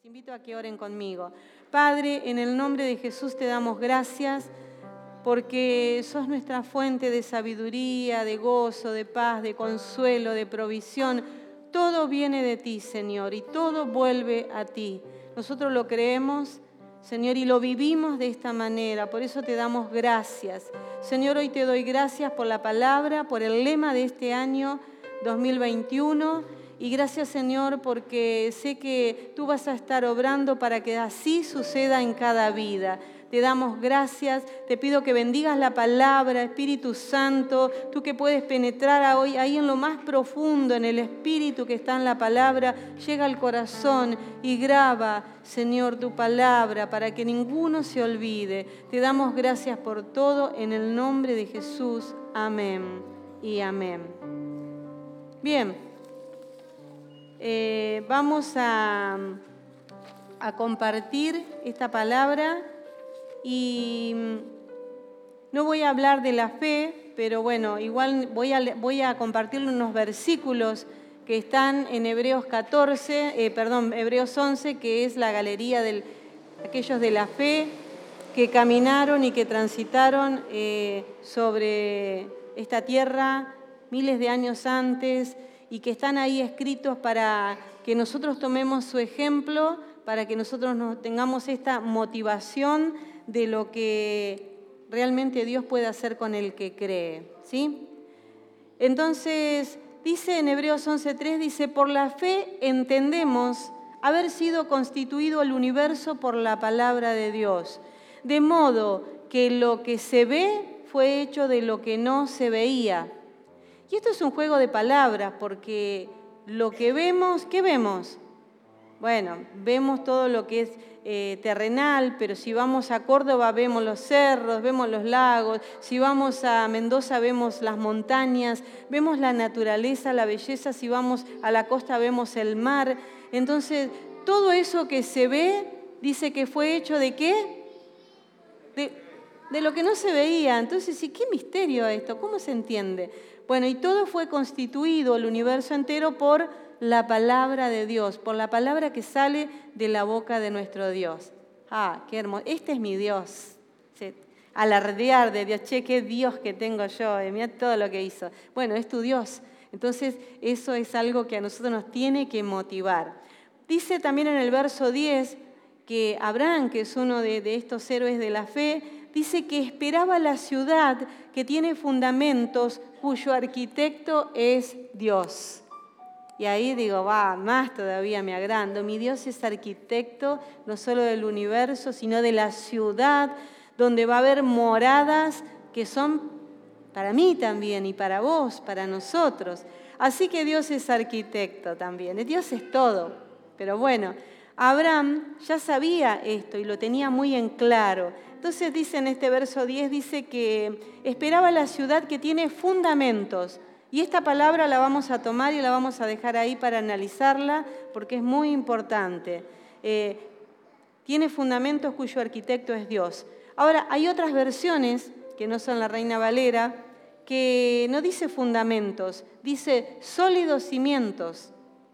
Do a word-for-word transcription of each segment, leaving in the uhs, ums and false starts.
Les invito a que oren conmigo. Padre, en el nombre de Jesús te damos gracias porque sos nuestra fuente de sabiduría, de gozo, de paz, de consuelo, de provisión. Todo viene de ti, Señor, y todo vuelve a ti. Nosotros lo creemos, Señor, y lo vivimos de esta manera. Por eso te damos gracias. Señor, hoy te doy gracias por la palabra, por el lema de este año dos mil veintiuno. Y gracias, Señor, porque sé que tú vas a estar obrando para que así suceda en cada vida. Te damos gracias, te pido que bendigas la palabra, Espíritu Santo, tú que puedes penetrar hoy ahí en lo más profundo, en el Espíritu que está en la palabra, llega al corazón y graba, Señor, tu palabra para que ninguno se olvide. Te damos gracias por todo en el nombre de Jesús. Amén y amén. Bien, eh, vamos a, a compartir esta palabra. Y no voy a hablar de la fe, pero bueno, igual voy a, voy a compartir unos versículos que están en Hebreos catorce, eh, perdón, Hebreos once, que es la galería de aquellos de la fe que caminaron y que transitaron eh, sobre esta tierra miles de años antes y que están ahí escritos para que nosotros tomemos su ejemplo, para que nosotros nos tengamos esta motivación de lo que realmente Dios puede hacer con el que cree, ¿sí? Entonces, dice en Hebreos once tres, dice, por la fe entendemos haber sido constituido el universo por la palabra de Dios, de modo que lo que se ve fue hecho de lo que no se veía. Y esto es un juego de palabras, porque lo que vemos, ¿qué vemos? Bueno, vemos todo lo que es eh, terrenal, pero si vamos a Córdoba vemos los cerros, vemos los lagos, si vamos a Mendoza vemos las montañas, vemos la naturaleza, la belleza, si vamos a la costa vemos el mar. Entonces, todo eso que se ve, dice que fue hecho ¿de qué? De, de lo que no se veía. Entonces, ¿y qué misterio esto? ¿Cómo se entiende? Bueno, y todo fue constituido, el universo entero, por la palabra de Dios, por la palabra que sale de la boca de nuestro Dios. Ah, qué hermoso. Este es mi Dios. Sí. Alardear de Dios. Che, qué Dios que tengo yo. Eh, mirá todo lo que hizo. Bueno, es tu Dios. Entonces, eso es algo que a nosotros nos tiene que motivar. Dice también en el verso diez que Abraham, que es uno de, de estos héroes de la fe, dice que esperaba la ciudad que tiene fundamentos, cuyo arquitecto es Dios. Y ahí digo, va, más todavía me agrando. Mi Dios es arquitecto no solo del universo, sino de la ciudad, donde va a haber moradas que son para mí también y para vos, para nosotros. Así que Dios es arquitecto también. Dios es todo. Pero bueno, Abraham ya sabía esto y lo tenía muy en claro. Entonces dice en este verso diez, dice que esperaba la ciudad que tiene fundamentos. Y esta palabra la vamos a tomar y la vamos a dejar ahí para analizarla porque es muy importante. Eh, tiene fundamentos cuyo arquitecto es Dios. Ahora, hay otras versiones, que no son la Reina Valera, que no dice fundamentos, dice sólidos cimientos.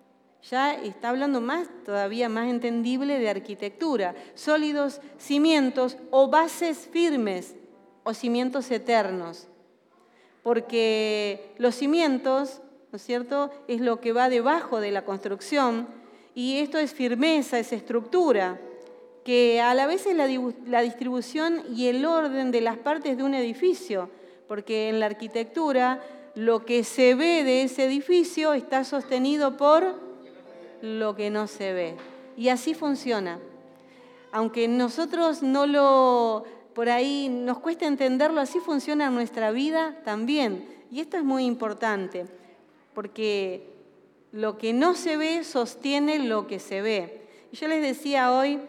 Ya está hablando más, todavía más entendible de arquitectura. Sólidos cimientos o bases firmes o cimientos eternos. Porque los cimientos, ¿no es cierto?, es lo que va debajo de la construcción y esto es firmeza, es estructura, que a la vez es la, la distribución y el orden de las partes de un edificio, porque en la arquitectura lo que se ve de ese edificio está sostenido por lo que no se ve. Y así funciona. Aunque nosotros no lo... por ahí nos cuesta entenderlo, así funciona nuestra vida también. Y esto es muy importante, porque lo que no se ve sostiene lo que se ve. Y yo les decía hoy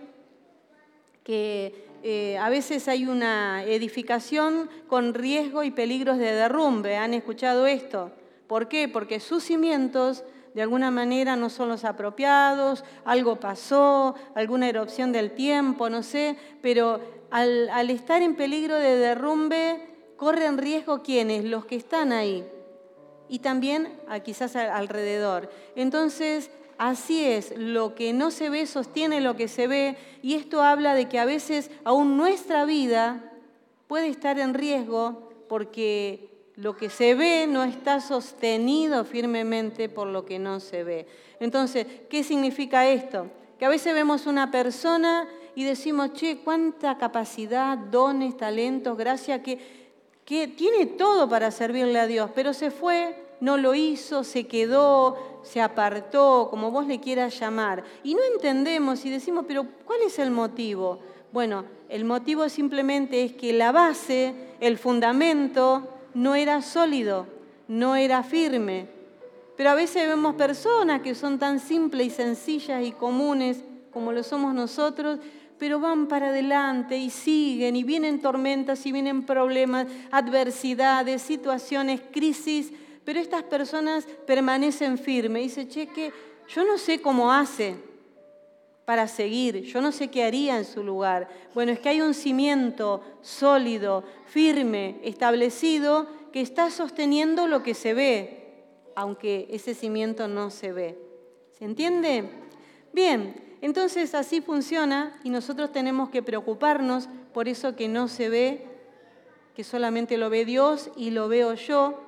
que eh, a veces hay una edificación con riesgo y peligros de derrumbe. ¿Han escuchado esto? ¿Por qué? Porque sus cimientos de alguna manera no son los apropiados, algo pasó, alguna erupción del tiempo, no sé, pero Al, al estar en peligro de derrumbe, corren riesgo ¿quiénes? Los que están ahí y también a, quizás a, alrededor. Entonces, así es, lo que no se ve sostiene lo que se ve, y esto habla de que a veces aún nuestra vida puede estar en riesgo porque lo que se ve no está sostenido firmemente por lo que no se ve. Entonces, ¿qué significa esto? Que a veces vemos una persona y decimos, che, cuánta capacidad, dones, talentos, gracia, que, que tiene todo para servirle a Dios, pero se fue, no lo hizo, se quedó, se apartó, como vos le quieras llamar. Y no entendemos y decimos, pero ¿cuál es el motivo? Bueno, el motivo simplemente es que la base, el fundamento, no era sólido, no era firme. Pero a veces vemos personas que son tan simples y sencillas y comunes como lo somos nosotros, pero van para adelante y siguen, y vienen tormentas, y vienen problemas, adversidades, situaciones, crisis, pero estas personas permanecen firmes. Y dicen, che, que yo no sé cómo hace para seguir, yo no sé qué haría en su lugar. Bueno, es que hay un cimiento sólido, firme, establecido, que está sosteniendo lo que se ve, aunque ese cimiento no se ve. ¿Se entiende? Bien, entonces así funciona y nosotros tenemos que preocuparnos por eso que no se ve, que solamente lo ve Dios y lo veo yo,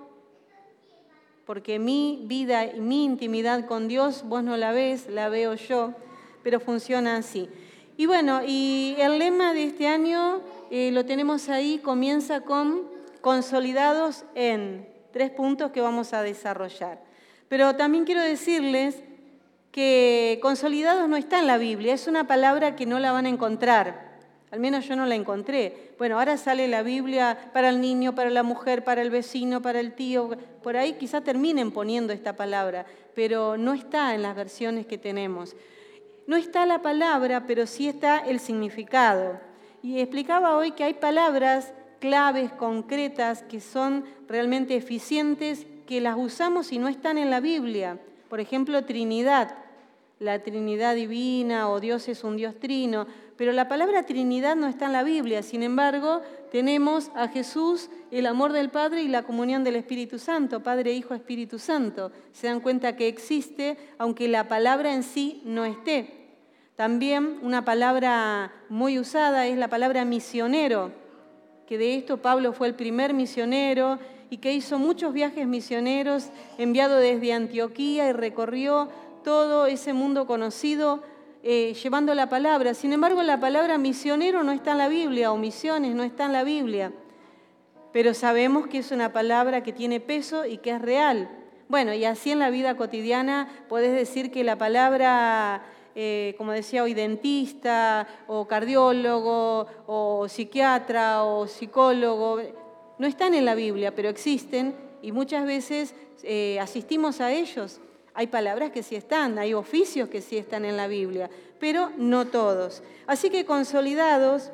porque mi vida y mi intimidad con Dios vos no la ves, la veo yo, pero funciona así. Y bueno, y el lema de este año eh, lo tenemos ahí, comienza con consolidados en tres puntos que vamos a desarrollar. Pero también quiero decirles que consolidados no está en la Biblia, es una palabra que no la van a encontrar, al menos yo no la encontré. Bueno, ahora sale la Biblia para el niño, para la mujer, para el vecino, para el tío, por ahí quizá terminen poniendo esta palabra, pero no está en las versiones que tenemos. No está la palabra, pero sí está el significado. Y explicaba hoy que hay palabras claves, concretas, que son realmente eficientes, que las usamos y no están en la Biblia. Por ejemplo, Trinidad, la Trinidad divina o Dios es un Dios trino, pero la palabra Trinidad no está en la Biblia. Sin embargo, tenemos a Jesús, el amor del Padre y la comunión del Espíritu Santo, Padre, Hijo, Espíritu Santo. Se dan cuenta que existe, aunque la palabra en sí no esté. También una palabra muy usada es la palabra misionero, que de esto Pablo fue el primer misionero y que hizo muchos viajes misioneros, enviado desde Antioquía y recorrió todo ese mundo conocido eh, llevando la palabra. Sin embargo, la palabra misionero no está en la Biblia, o misiones no está en la Biblia, pero sabemos que es una palabra que tiene peso y que es real. Bueno, y así en la vida cotidiana podés decir que la palabra, eh, como decía hoy, dentista, o cardiólogo, o psiquiatra, o psicólogo, no están en la Biblia, pero existen y muchas veces eh, asistimos a ellos. Hay palabras que sí están, hay oficios que sí están en la Biblia, pero no todos. Así que consolidados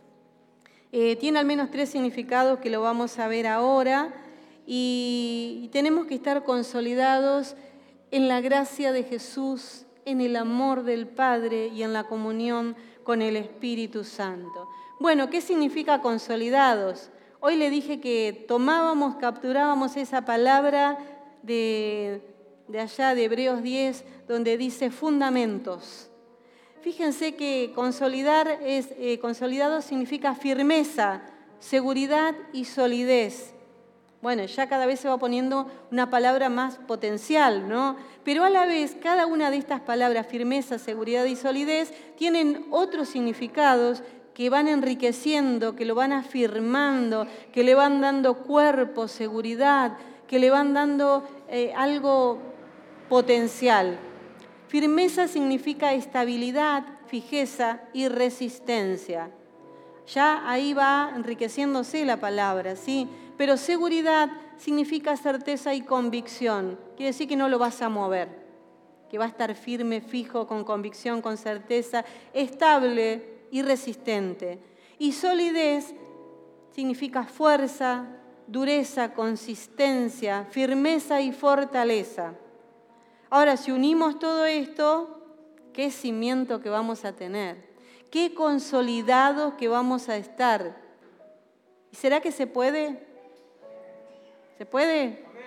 eh, tiene al menos tres significados que lo vamos a ver ahora y, y tenemos que estar consolidados en la gracia de Jesús, en el amor del Padre y en la comunión con el Espíritu Santo. Bueno, ¿qué significa consolidados? Hoy le dije que tomábamos, capturábamos esa palabra de... de allá de Hebreos diez, donde dice fundamentos. Fíjense que consolidar es, eh, consolidado significa firmeza, seguridad y solidez. Bueno, ya cada vez se va poniendo una palabra más potencial, ¿no? Pero a la vez, cada una de estas palabras, firmeza, seguridad y solidez, tienen otros significados que van enriqueciendo, que lo van afirmando, que le van dando cuerpo, seguridad, que le van dando eh, algo potencial. Firmeza significa estabilidad, fijeza y resistencia. Ya ahí va enriqueciéndose la palabra, ¿sí? Pero seguridad significa certeza y convicción. Quiere decir que no lo vas a mover, que va a estar firme, fijo, con convicción, con certeza, estable y resistente. Y solidez significa fuerza, dureza, consistencia, firmeza y fortaleza. Ahora, si unimos todo esto, ¿qué cimiento que vamos a tener? ¿Qué consolidados que vamos a estar? ¿Y será que se puede? ¿Se puede?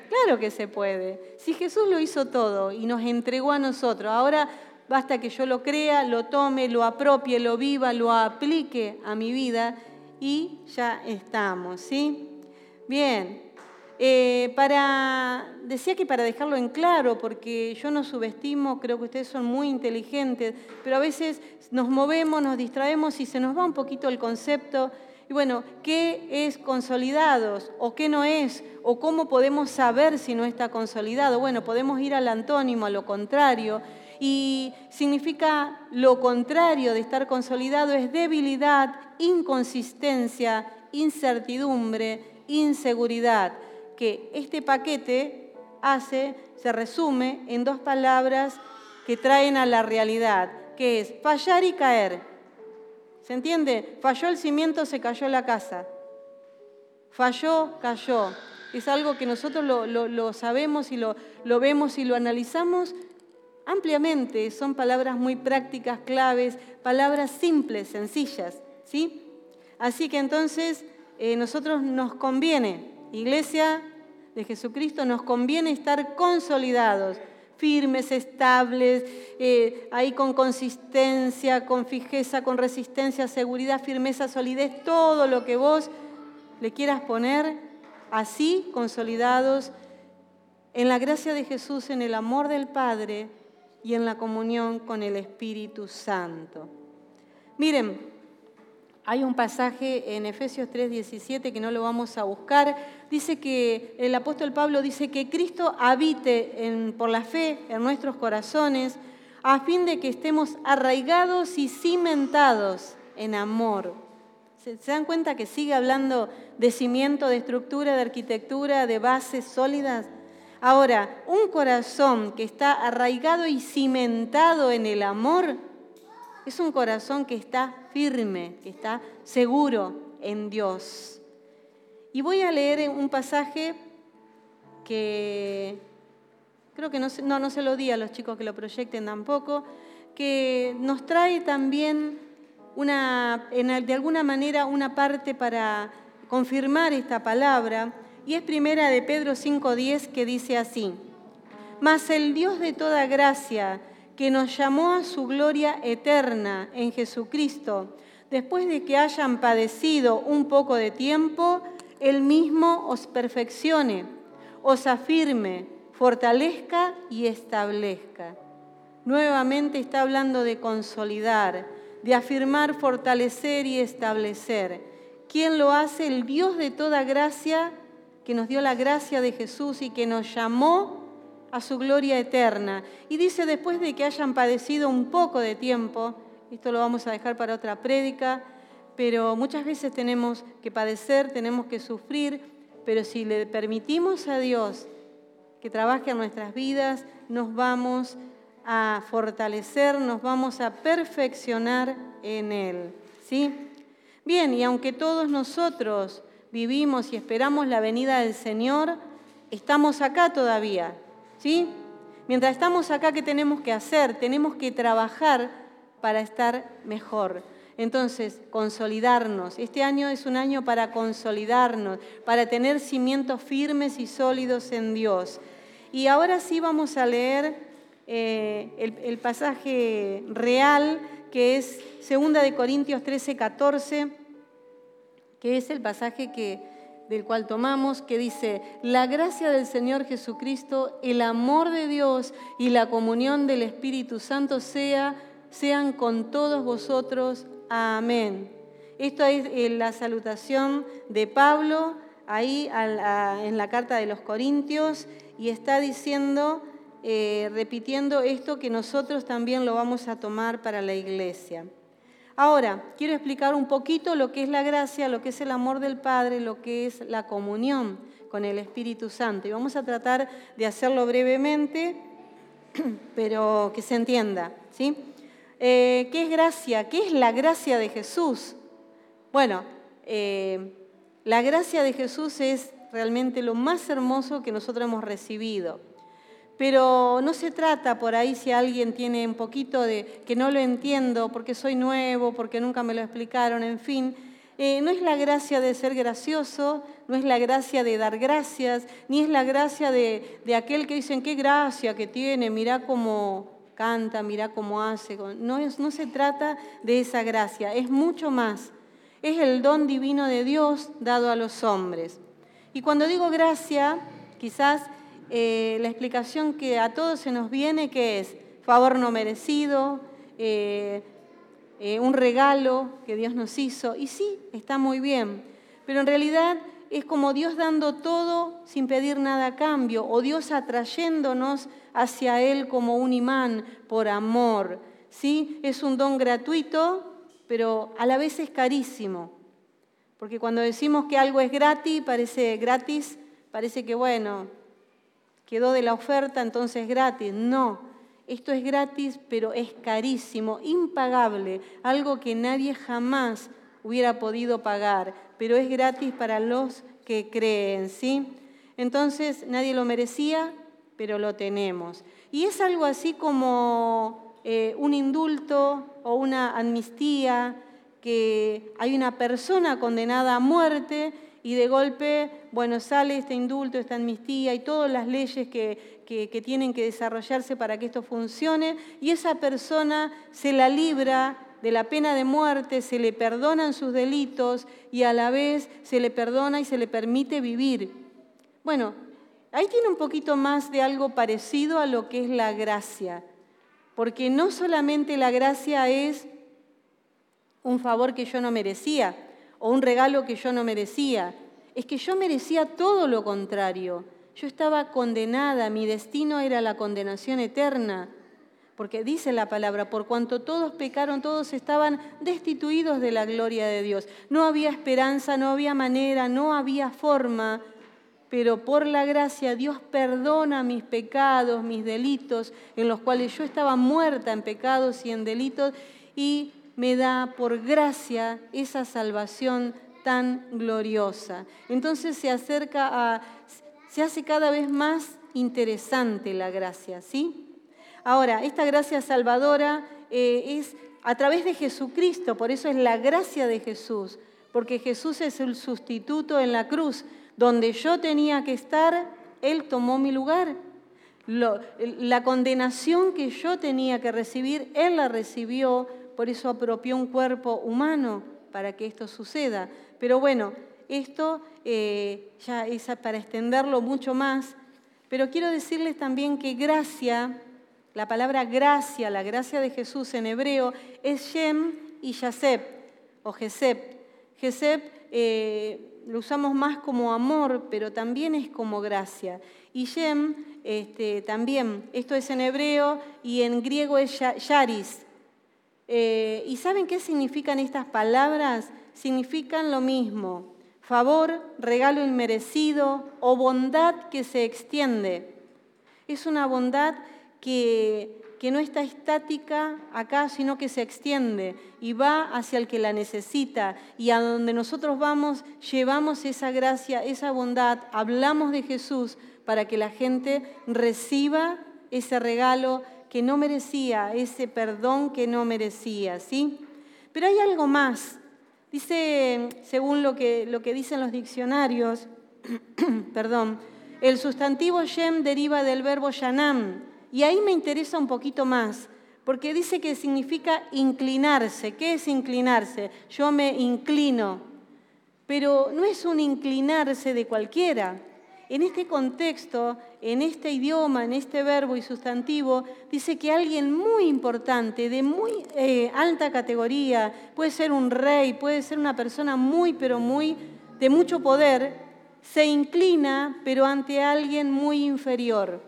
Claro que se puede. Si Jesús lo hizo todo y nos entregó a nosotros, ahora basta que yo lo crea, lo tome, lo apropie, lo viva, lo aplique a mi vida y ya estamos, ¿sí? Bien. Eh, para, decía que para dejarlo en claro, porque yo no subestimo, creo que ustedes son muy inteligentes, pero a veces nos movemos, nos distraemos y se nos va un poquito el concepto. Y bueno, ¿qué es consolidados o qué no es? ¿O cómo podemos saber si no está consolidado? Bueno, podemos ir al antónimo, a lo contrario. Y significa lo contrario de estar consolidado es debilidad, inconsistencia, incertidumbre, inseguridad. Que este paquete hace, se resume en dos palabras que traen a la realidad, que es fallar y caer. ¿Se entiende? Falló el cimiento, se cayó la casa. Falló, cayó. Es algo que nosotros lo, lo, lo sabemos y lo, lo vemos y lo analizamos ampliamente. Son palabras muy prácticas, claves, palabras simples, sencillas, ¿sí? Así que entonces, eh, nosotros nos conviene, Iglesia de Jesucristo, nos conviene estar consolidados, firmes, estables, eh, ahí con consistencia, con fijeza, con resistencia, seguridad, firmeza, solidez, todo lo que vos le quieras poner, así consolidados en la gracia de Jesús, en el amor del Padre y en la comunión con el Espíritu Santo. Miren, hay un pasaje en Efesios tres diecisiete que no lo vamos a buscar. Dice que el apóstol Pablo dice que Cristo habite en, por la fe en nuestros corazones a fin de que estemos arraigados y cimentados en amor. ¿Se, se dan cuenta que sigue hablando de cimiento, de estructura, de arquitectura, de bases sólidas? Ahora, un corazón que está arraigado y cimentado en el amor es un corazón que está firme, que está seguro en Dios. Y voy a leer un pasaje que creo que no, no, no se lo di a los chicos que lo proyecten tampoco, que nos trae también una, en, de alguna manera una parte para confirmar esta palabra, y es primera de Pedro cinco diez, que dice así: mas el Dios de toda gracia, que nos llamó a su gloria eterna en Jesucristo, después de que hayan padecido un poco de tiempo, Él mismo os perfeccione, os afirme, fortalezca y establezca. Nuevamente está hablando de consolidar, de afirmar, fortalecer y establecer. ¿Quién lo hace? El Dios de toda gracia, que nos dio la gracia de Jesús y que nos llamó a su gloria eterna. Y dice, después de que hayan padecido un poco de tiempo, esto lo vamos a dejar para otra prédica, pero muchas veces tenemos que padecer, tenemos que sufrir, pero si le permitimos a Dios que trabaje en nuestras vidas, nos vamos a fortalecer, nos vamos a perfeccionar en Él, ¿sí? Bien, y aunque todos nosotros vivimos y esperamos la venida del Señor, estamos acá todavía, ¿sí? Mientras estamos acá, ¿qué tenemos que hacer? Tenemos que trabajar para estar mejor. Entonces, consolidarnos. Este año es un año para consolidarnos, para tener cimientos firmes y sólidos en Dios. Y ahora sí vamos a leer eh, el, el pasaje real, que es segunda de Corintios trece catorce, que es el pasaje que... del cual tomamos, que dice: la gracia del Señor Jesucristo, el amor de Dios y la comunión del Espíritu Santo sea, sean con todos vosotros. Amén. Esto es la salutación de Pablo ahí a la, en la carta de los Corintios, y está diciendo, eh, repitiendo esto que nosotros también lo vamos a tomar para la iglesia. Ahora, quiero explicar un poquito lo que es la gracia, lo que es el amor del Padre, lo que es la comunión con el Espíritu Santo. Y vamos a tratar de hacerlo brevemente, pero que se entienda, ¿sí? Eh, ¿Qué es gracia? ¿Qué es la gracia de Jesús? Bueno, eh, la gracia de Jesús es realmente lo más hermoso que nosotros hemos recibido. Pero no se trata por ahí, si alguien tiene un poquito de que no lo entiendo porque soy nuevo, porque nunca me lo explicaron, en fin. Eh, no es la gracia de ser gracioso, no es la gracia de dar gracias, ni es la gracia de, de aquel que dicen, qué gracia que tiene, mirá cómo canta, mirá cómo hace. No, es, no se trata de esa gracia, es mucho más. Es el don divino de Dios dado a los hombres. Y cuando digo gracia, quizás eh, la explicación que a todos se nos viene, que es favor no merecido, eh, eh, un regalo que Dios nos hizo. Y sí, está muy bien, pero en realidad es como Dios dando todo sin pedir nada a cambio, o Dios atrayéndonos hacia Él como un imán por amor. ¿Sí? Es un don gratuito, pero a la vez es carísimo. Porque cuando decimos que algo es gratis, parece gratis, parece que bueno, quedó de la oferta, entonces es gratis. No, esto es gratis, pero es carísimo, impagable, algo que nadie jamás hubiera podido pagar, pero es gratis para los que creen, ¿sí? Entonces nadie lo merecía, pero lo tenemos. Y es algo así como eh, un indulto o una amnistía, que hay una persona condenada a muerte y de golpe, bueno, sale este indulto, esta amnistía y todas las leyes que, que, que tienen que desarrollarse para que esto funcione, y esa persona se la libra de la pena de muerte, se le perdonan sus delitos y a la vez se le perdona y se le permite vivir. Bueno, ahí tiene un poquito más de algo parecido a lo que es la gracia, porque no solamente la gracia es un favor que yo no merecía o un regalo que yo no merecía, es que yo merecía todo lo contrario. Yo estaba condenada, mi destino era la condenación eterna, porque dice la palabra, por cuanto todos pecaron, todos estaban destituidos de la gloria de Dios. No había esperanza, no había manera, no había forma, pero por la gracia Dios perdona mis pecados, mis delitos, en los cuales yo estaba muerta en pecados y en delitos, y me da por gracia esa salvación tan gloriosa. Entonces se acerca a, se hace cada vez más interesante la gracia, ¿sí? Ahora, esta gracia salvadora eh, es a través de Jesucristo, por eso es la gracia de Jesús, porque Jesús es el sustituto en la cruz. Donde yo tenía que estar, Él tomó mi lugar. Lo, la condenación que yo tenía que recibir, Él la recibió, por eso apropió un cuerpo humano para que esto suceda. Pero bueno, esto eh, ya es para extenderlo mucho más, pero quiero decirles también que gracia, la palabra gracia, la gracia de Jesús en hebreo, es Shem y Yaseb, o Gesep. Gesep eh, lo usamos más como amor, pero también es como gracia. Y Shem este, también, esto es en hebreo y en griego es Yaris. Eh, ¿Y saben qué significan estas palabras? Significan lo mismo: favor, regalo inmerecido o bondad que se extiende. Es una bondad que, que no está estática acá, sino que se extiende y va hacia el que la necesita. Y a donde nosotros vamos, llevamos esa gracia, esa bondad, hablamos de Jesús para que la gente reciba ese regalo que no merecía, ese perdón que no merecía, ¿sí? Pero hay algo más. Dice, según lo que, lo que dicen los diccionarios, perdón, el sustantivo Shem deriva del verbo Yanam, y ahí me interesa un poquito más, porque dice que significa inclinarse. ¿Qué es inclinarse? Yo me inclino, pero no es un inclinarse de cualquiera. En este contexto, en este idioma, en este verbo y sustantivo, dice que alguien muy importante, de muy eh, alta categoría, puede ser un rey, puede ser una persona muy, pero muy, de mucho poder, se inclina, pero ante alguien muy inferior.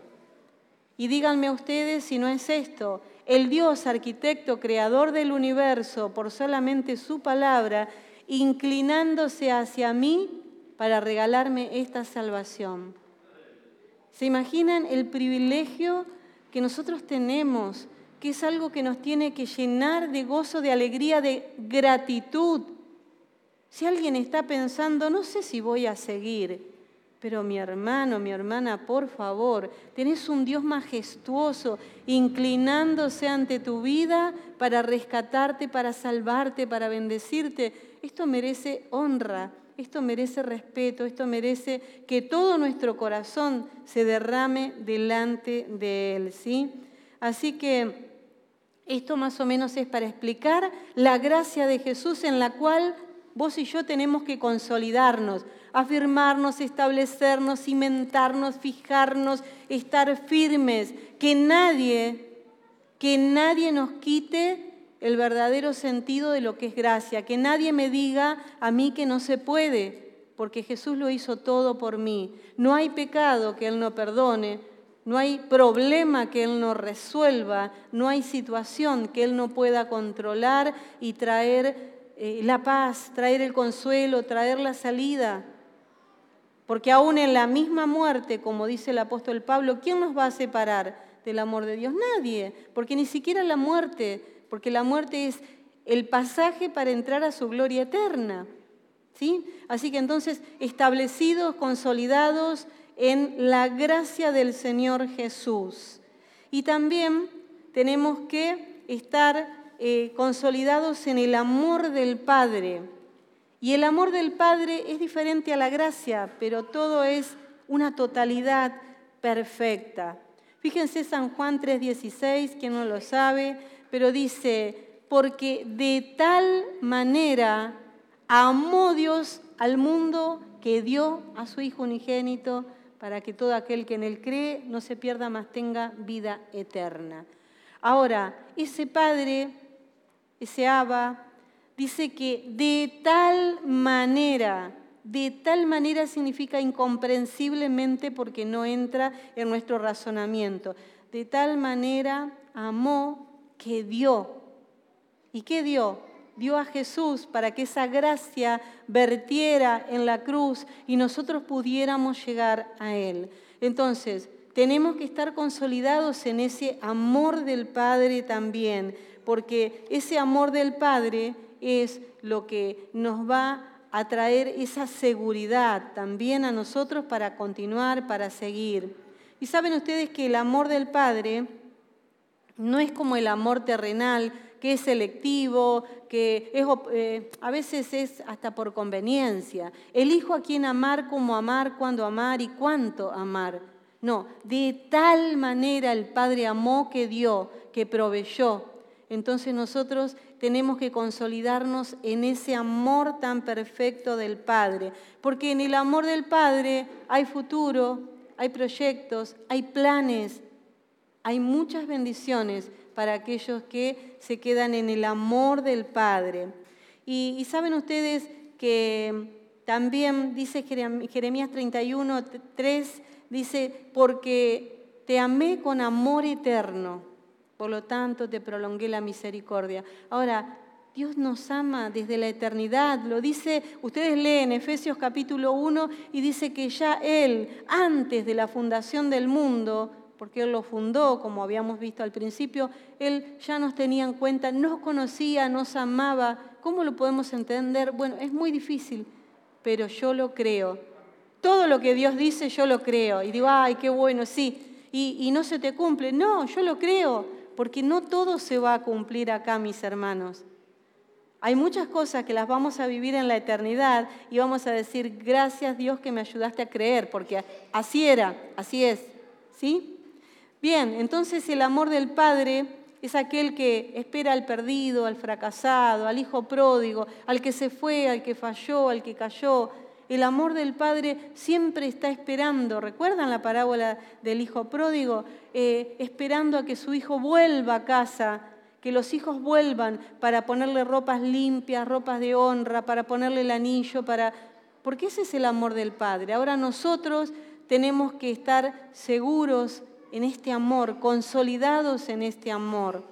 Y díganme ustedes si no es esto: el Dios, arquitecto, creador del universo, por solamente su palabra, inclinándose hacia mí para regalarme esta salvación. ¿Se imaginan el privilegio que nosotros tenemos? Que es algo que nos tiene que llenar de gozo, de alegría, de gratitud. Si alguien está pensando, no sé si voy a seguir, Pero mi hermano, mi hermana, por favor, tenés un Dios majestuoso inclinándose ante tu vida para rescatarte, para salvarte, para bendecirte. Esto merece honra, esto merece respeto, esto merece que todo nuestro corazón se derrame delante de Él, ¿sí? Así que esto más o menos es para explicar la gracia de Jesús en la cual vos y yo tenemos que consolidarnos, afirmarnos, establecernos, cimentarnos, fijarnos, estar firmes, que nadie, que nadie nos quite el verdadero sentido de lo que es gracia, que nadie me diga a mí que no se puede, porque Jesús lo hizo todo por mí. No hay pecado que Él no perdone, no hay problema que Él no resuelva, no hay situación que Él no pueda controlar y traer eh, la paz, traer el consuelo, traer la salida. Porque aún en la misma muerte, como dice el apóstol Pablo, ¿quién nos va a separar del amor de Dios? Nadie, porque ni siquiera la muerte, porque la muerte es el pasaje para entrar a su gloria eterna, ¿sí? Así que entonces, establecidos, consolidados en la gracia del Señor Jesús. Y también tenemos que estar eh, consolidados en el amor del Padre. Y el amor del Padre es diferente a la gracia, pero todo es una totalidad perfecta. Fíjense San Juan tres dieciséis, quien no lo sabe, pero dice, porque de tal manera amó Dios al mundo que dio a su Hijo unigénito para que todo aquel que en Él cree no se pierda, mas tenga vida eterna. Ahora, ese Padre, ese Abba, dice que de tal manera, de tal manera significa incomprensiblemente porque no entra en nuestro razonamiento. De tal manera amó que dio. ¿Y qué dio? Dio a Jesús para que esa gracia vertiera en la cruz y nosotros pudiéramos llegar a Él. Entonces, tenemos que estar consolidados en ese amor del Padre también, porque ese amor del Padre es lo que nos va a traer esa seguridad también a nosotros para continuar, para seguir. Y saben ustedes que el amor del Padre no es como el amor terrenal, que es selectivo, que es, eh, a veces es hasta por conveniencia. Elijo a quién amar, cómo amar, cuándo amar y cuánto amar. No, de tal manera el Padre amó que dio, que proveyó. Entonces nosotros tenemos que consolidarnos en ese amor tan perfecto del Padre, porque en el amor del Padre hay futuro, hay proyectos, hay planes, hay muchas bendiciones para aquellos que se quedan en el amor del Padre. Y, y saben ustedes que también dice Jeremías treinta y uno, tres, dice, porque te amé con amor eterno. Por lo tanto, te prolongué la misericordia. Ahora, Dios nos ama desde la eternidad. Lo dice, ustedes leen Efesios capítulo uno y dice que ya Él, antes de la fundación del mundo, porque Él lo fundó, como habíamos visto al principio, Él ya nos tenía en cuenta, nos conocía, nos amaba. ¿Cómo lo podemos entender? Bueno, es muy difícil, pero yo lo creo. Todo lo que Dios dice, yo lo creo. Y digo, ay, qué bueno, sí. Y, y no se te cumple. No, yo lo creo. Porque no todo se va a cumplir acá, mis hermanos. Hay muchas cosas que las vamos a vivir en la eternidad y vamos a decir, gracias Dios que me ayudaste a creer, porque así era, así es, ¿sí? Bien, entonces el amor del Padre es aquel que espera al perdido, al fracasado, al hijo pródigo, al que se fue, al que falló, al que cayó. El amor del Padre siempre está esperando. ¿Recuerdan la parábola del hijo pródigo? Eh, esperando a que su hijo vuelva a casa, que los hijos vuelvan para ponerle ropas limpias, ropas de honra, para ponerle el anillo, para... porque ese es el amor del Padre. Ahora nosotros tenemos que estar seguros en este amor, consolidados en este amor.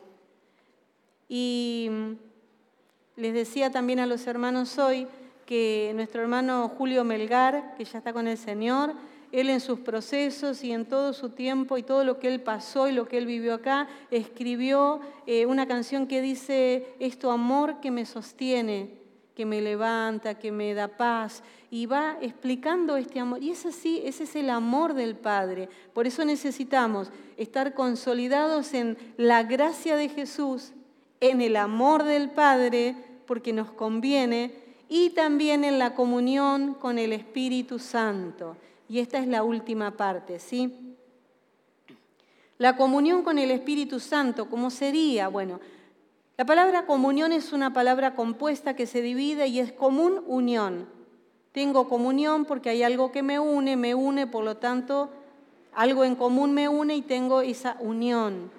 Y les decía también a los hermanos hoy que nuestro hermano Julio Melgar, que ya está con el Señor, él en sus procesos y en todo su tiempo y todo lo que él pasó y lo que él vivió acá, escribió eh, una canción que dice, es tu amor que me sostiene. que me levanta, que me da paz, y va explicando este amor. Y es así, ese es el amor del Padre. Por eso necesitamos estar consolidados en la gracia de Jesús, en el amor del Padre, porque nos conviene, y también en la comunión con el Espíritu Santo. Y esta es la última parte, ¿sí? La comunión con el Espíritu Santo, ¿cómo sería? Bueno, la palabra comunión es una palabra compuesta que se divide y es común unión. Tengo comunión porque hay algo que me une, me une, por lo tanto, algo en común me une y tengo esa unión.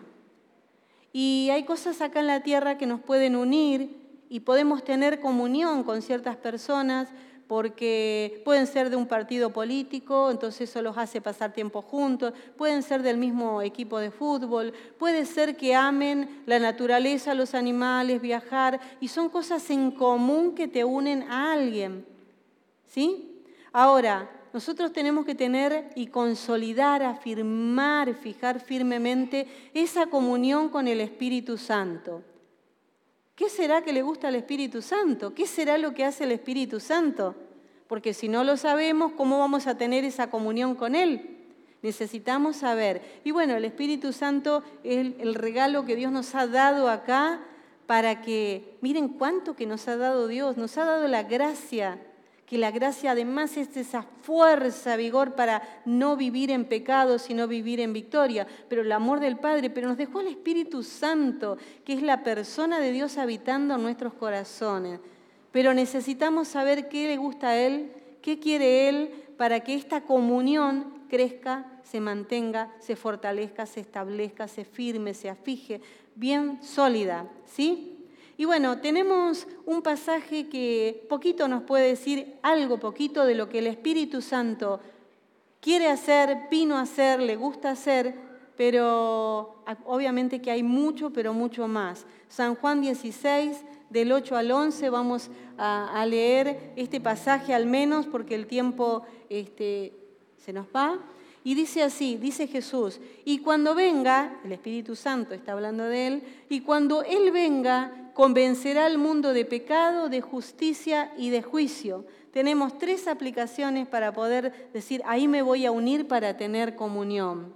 Y hay cosas acá en la tierra que nos pueden unir y podemos tener comunión con ciertas personas porque pueden ser de un partido político, entonces eso los hace pasar tiempo juntos, pueden ser del mismo equipo de fútbol, puede ser que amen la naturaleza, los animales, viajar, y son cosas en común que te unen a alguien, ¿sí? Ahora, nosotros tenemos que tener y consolidar, afirmar, fijar firmemente esa comunión con el Espíritu Santo. ¿Qué será que le gusta al Espíritu Santo? ¿Qué será lo que hace el Espíritu Santo? Porque si no lo sabemos, ¿cómo vamos a tener esa comunión con Él? Necesitamos saber. Y bueno, el Espíritu Santo es el, el regalo que Dios nos ha dado acá para que, miren cuánto que nos ha dado Dios, nos ha dado la gracia, que la gracia además es esa fuerza, vigor para no vivir en pecado, sino vivir en victoria. Pero el amor del Padre, pero nos dejó el Espíritu Santo, que es la persona de Dios habitando en nuestros corazones. Pero necesitamos saber qué le gusta a Él, qué quiere Él, para que esta comunión crezca, se mantenga, se fortalezca, se establezca, se firme, se afije, bien sólida, ¿sí? Y bueno, tenemos un pasaje que poquito nos puede decir algo poquito de lo que el Espíritu Santo quiere hacer, vino a hacer, le gusta hacer, pero obviamente que hay mucho, pero mucho más. San Juan dieciséis, del ocho al once, vamos a, a leer este pasaje al menos porque el tiempo este, se nos va. Y dice así, dice Jesús, y cuando venga, el Espíritu Santo está hablando de Él, y cuando Él venga, convencerá al mundo de pecado, de justicia y de juicio. Tenemos tres aplicaciones para poder decir, ahí me voy a unir para tener comunión.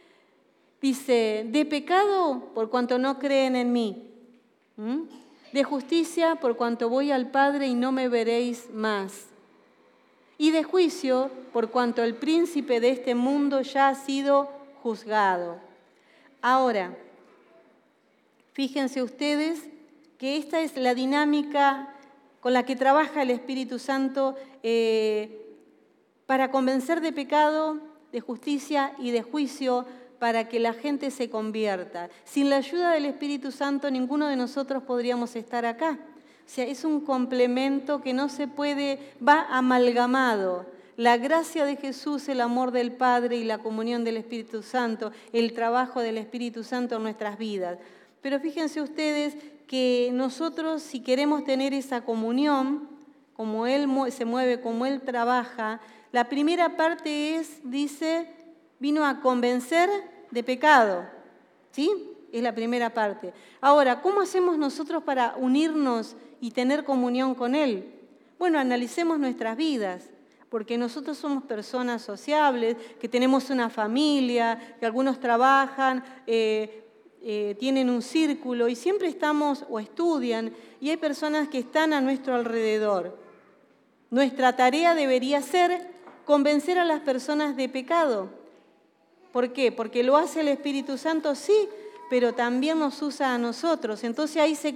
Dice, de pecado por cuanto no creen en mí. ¿Mm? De justicia por cuanto voy al Padre y no me veréis más. Y de juicio, por cuanto el príncipe de este mundo ya ha sido juzgado. Ahora, fíjense ustedes que esta es la dinámica con la que trabaja el Espíritu Santo eh, para convencer de pecado, de justicia y de juicio, para que la gente se convierta. Sin la ayuda del Espíritu Santo, ninguno de nosotros podríamos estar acá. O sea, es un complemento que no se puede, va amalgamado. La gracia de Jesús, el amor del Padre y la comunión del Espíritu Santo, el trabajo del Espíritu Santo en nuestras vidas. Pero fíjense ustedes que nosotros, si queremos tener esa comunión, como Él se mueve, como Él trabaja, la primera parte es, dice, vino a convencer de pecado, ¿sí? Es la primera parte. Ahora, ¿cómo hacemos nosotros para unirnos y tener comunión con Él? Bueno, analicemos nuestras vidas, porque nosotros somos personas sociables, que tenemos una familia, que algunos trabajan, eh, eh, tienen un círculo y siempre estamos o estudian y hay personas que están a nuestro alrededor. Nuestra tarea debería ser convencer a las personas de pecado. ¿Por qué? Porque lo hace el Espíritu Santo, sí, pero también nos usa a nosotros. Entonces ahí se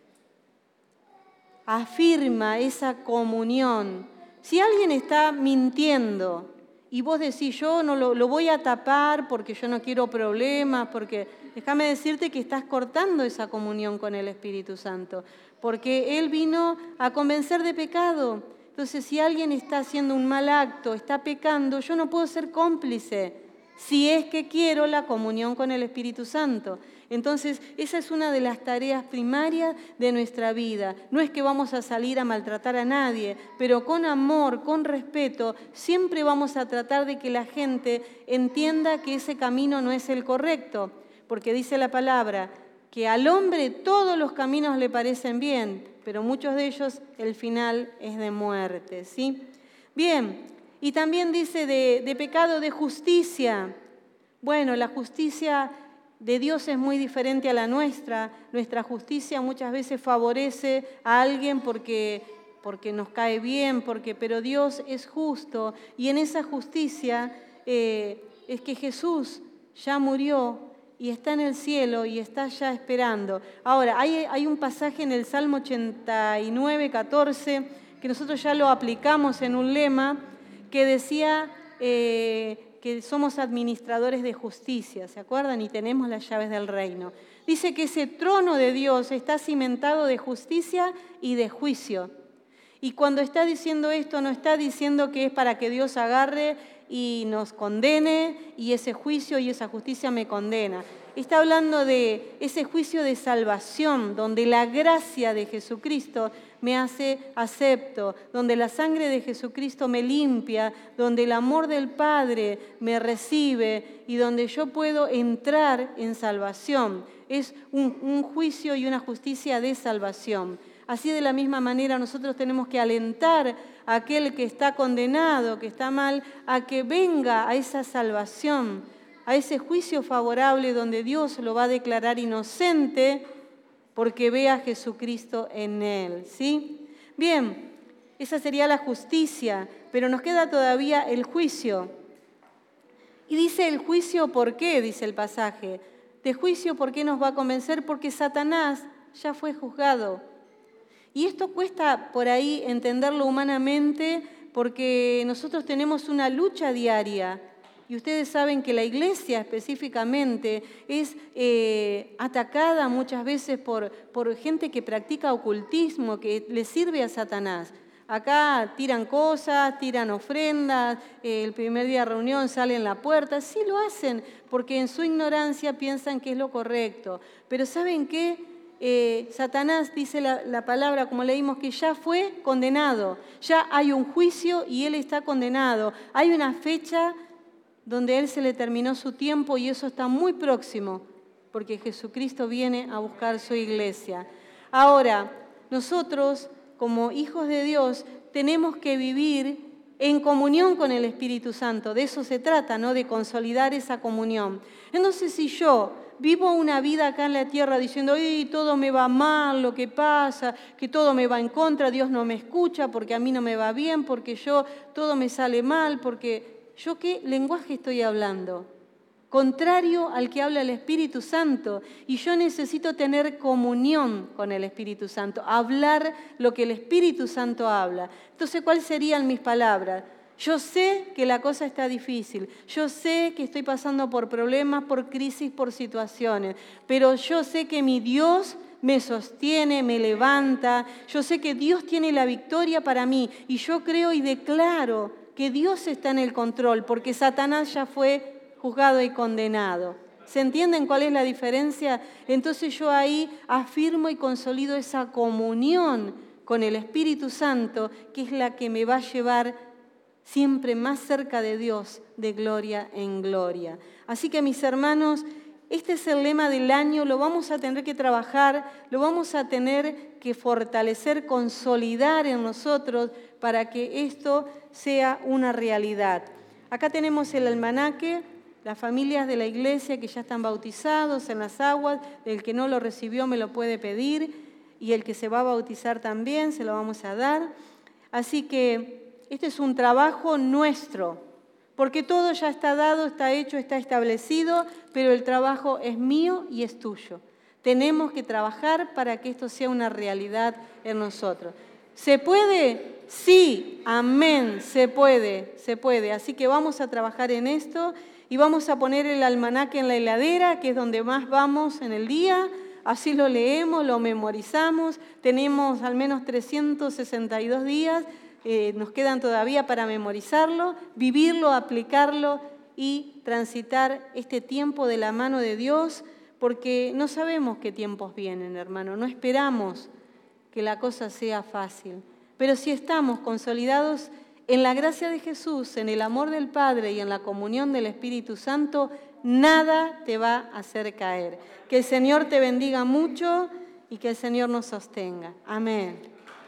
afirma esa comunión. Si alguien está mintiendo y vos decís, yo no lo, lo voy a tapar porque yo no quiero problemas, porque déjame decirte que estás cortando esa comunión con el Espíritu Santo, porque Él vino a convencer de pecado. Entonces, si alguien está haciendo un mal acto, está pecando, yo no puedo ser cómplice si es que quiero la comunión con el Espíritu Santo. Entonces, esa es una de las tareas primarias de nuestra vida. No es que vamos a salir a maltratar a nadie, pero con amor, con respeto, siempre vamos a tratar de que la gente entienda que ese camino no es el correcto, porque dice la palabra que al hombre todos los caminos le parecen bien, pero muchos de ellos el final es de muerte, ¿sí? Bien, y también dice de, de pecado de justicia. Bueno, la justicia de Dios es muy diferente a la nuestra. Nuestra justicia muchas veces favorece a alguien porque, porque nos cae bien, porque, pero Dios es justo. Y en esa justicia eh, es que Jesús ya murió y está en el cielo y está ya esperando. Ahora, hay, hay un pasaje en el Salmo ochenta y nueve, catorce, que nosotros ya lo aplicamos en un lema, que decía eh, que somos administradores de justicia, ¿se acuerdan? Y tenemos las llaves del reino. Dice que ese trono de Dios está cimentado de justicia y de juicio. Y cuando está diciendo esto, no está diciendo que es para que Dios agarre y nos condene, y ese juicio y esa justicia me condena. Está hablando de ese juicio de salvación, donde la gracia de Jesucristo me hace acepto, donde la sangre de Jesucristo me limpia, donde el amor del Padre me recibe y donde yo puedo entrar en salvación. Es un, un juicio y una justicia de salvación. Así de la misma manera nosotros tenemos que alentar a aquel que está condenado, que está mal, a que venga a esa salvación, a ese juicio favorable donde Dios lo va a declarar inocente porque ve a Jesucristo en él, ¿sí? Bien, esa sería la justicia, pero nos queda todavía el juicio. Y dice el juicio, ¿por qué? Dice el pasaje. De juicio, ¿por qué nos va a convencer? Porque Satanás ya fue juzgado. Y esto cuesta por ahí entenderlo humanamente porque nosotros tenemos una lucha diaria. Y ustedes saben que la iglesia específicamente es eh, atacada muchas veces por, por gente que practica ocultismo, que le sirve a Satanás. Acá tiran cosas, tiran ofrendas, eh, el primer día de reunión salen en la puerta. Sí lo hacen porque en su ignorancia piensan que es lo correcto. Pero ¿saben qué? Eh, Satanás, dice la, la palabra, como leímos, que ya fue condenado. Ya hay un juicio y él está condenado. Hay una fecha donde él se le terminó su tiempo y eso está muy próximo, porque Jesucristo viene a buscar su iglesia. Ahora, nosotros, como hijos de Dios, tenemos que vivir en comunión con el Espíritu Santo. De eso se trata, ¿no? De consolidar esa comunión. Entonces, si yo vivo una vida acá en la tierra diciendo, ¡ay, todo me va mal, lo que pasa, que todo me va en contra, Dios no me escucha porque a mí no me va bien, porque yo todo me sale mal, porque yo qué lenguaje estoy hablando? Contrario al que habla el Espíritu Santo. Y yo necesito tener comunión con el Espíritu Santo, hablar lo que el Espíritu Santo habla. Entonces, ¿cuáles serían mis palabras? Yo sé que la cosa está difícil, yo sé que estoy pasando por problemas, por crisis, por situaciones, pero yo sé que mi Dios me sostiene, me levanta, yo sé que Dios tiene la victoria para mí y yo creo y declaro que Dios está en el control porque Satanás ya fue juzgado y condenado. ¿Se entienden cuál es la diferencia? Entonces yo ahí afirmo y consolido esa comunión con el Espíritu Santo, que es la que me va a llevar siempre más cerca de Dios, de gloria en gloria. Así que, mis hermanos, este es el lema del año, lo vamos a tener que trabajar, lo vamos a tener que fortalecer, consolidar en nosotros para que esto sea una realidad. Acá tenemos el almanaque, las familias de la iglesia que ya están bautizados en las aguas, el que no lo recibió me lo puede pedir y el que se va a bautizar también se lo vamos a dar. Así que este es un trabajo nuestro, porque todo ya está dado, está hecho, está establecido, pero el trabajo es mío y es tuyo. Tenemos que trabajar para que esto sea una realidad en nosotros. ¿Se puede? Sí, amén, se puede, se puede. Así que vamos a trabajar en esto y vamos a poner el almanaque en la heladera, que es donde más vamos en el día. Así lo leemos, lo memorizamos. Tenemos al menos trescientos sesenta y dos días. Eh, nos quedan todavía para memorizarlo, vivirlo, aplicarlo y transitar este tiempo de la mano de Dios, porque no sabemos qué tiempos vienen, hermano, no esperamos que la cosa sea fácil, pero si estamos consolidados en la gracia de Jesús, en el amor del Padre y en la comunión del Espíritu Santo, nada te va a hacer caer. Que el Señor te bendiga mucho y que el Señor nos sostenga. Amén.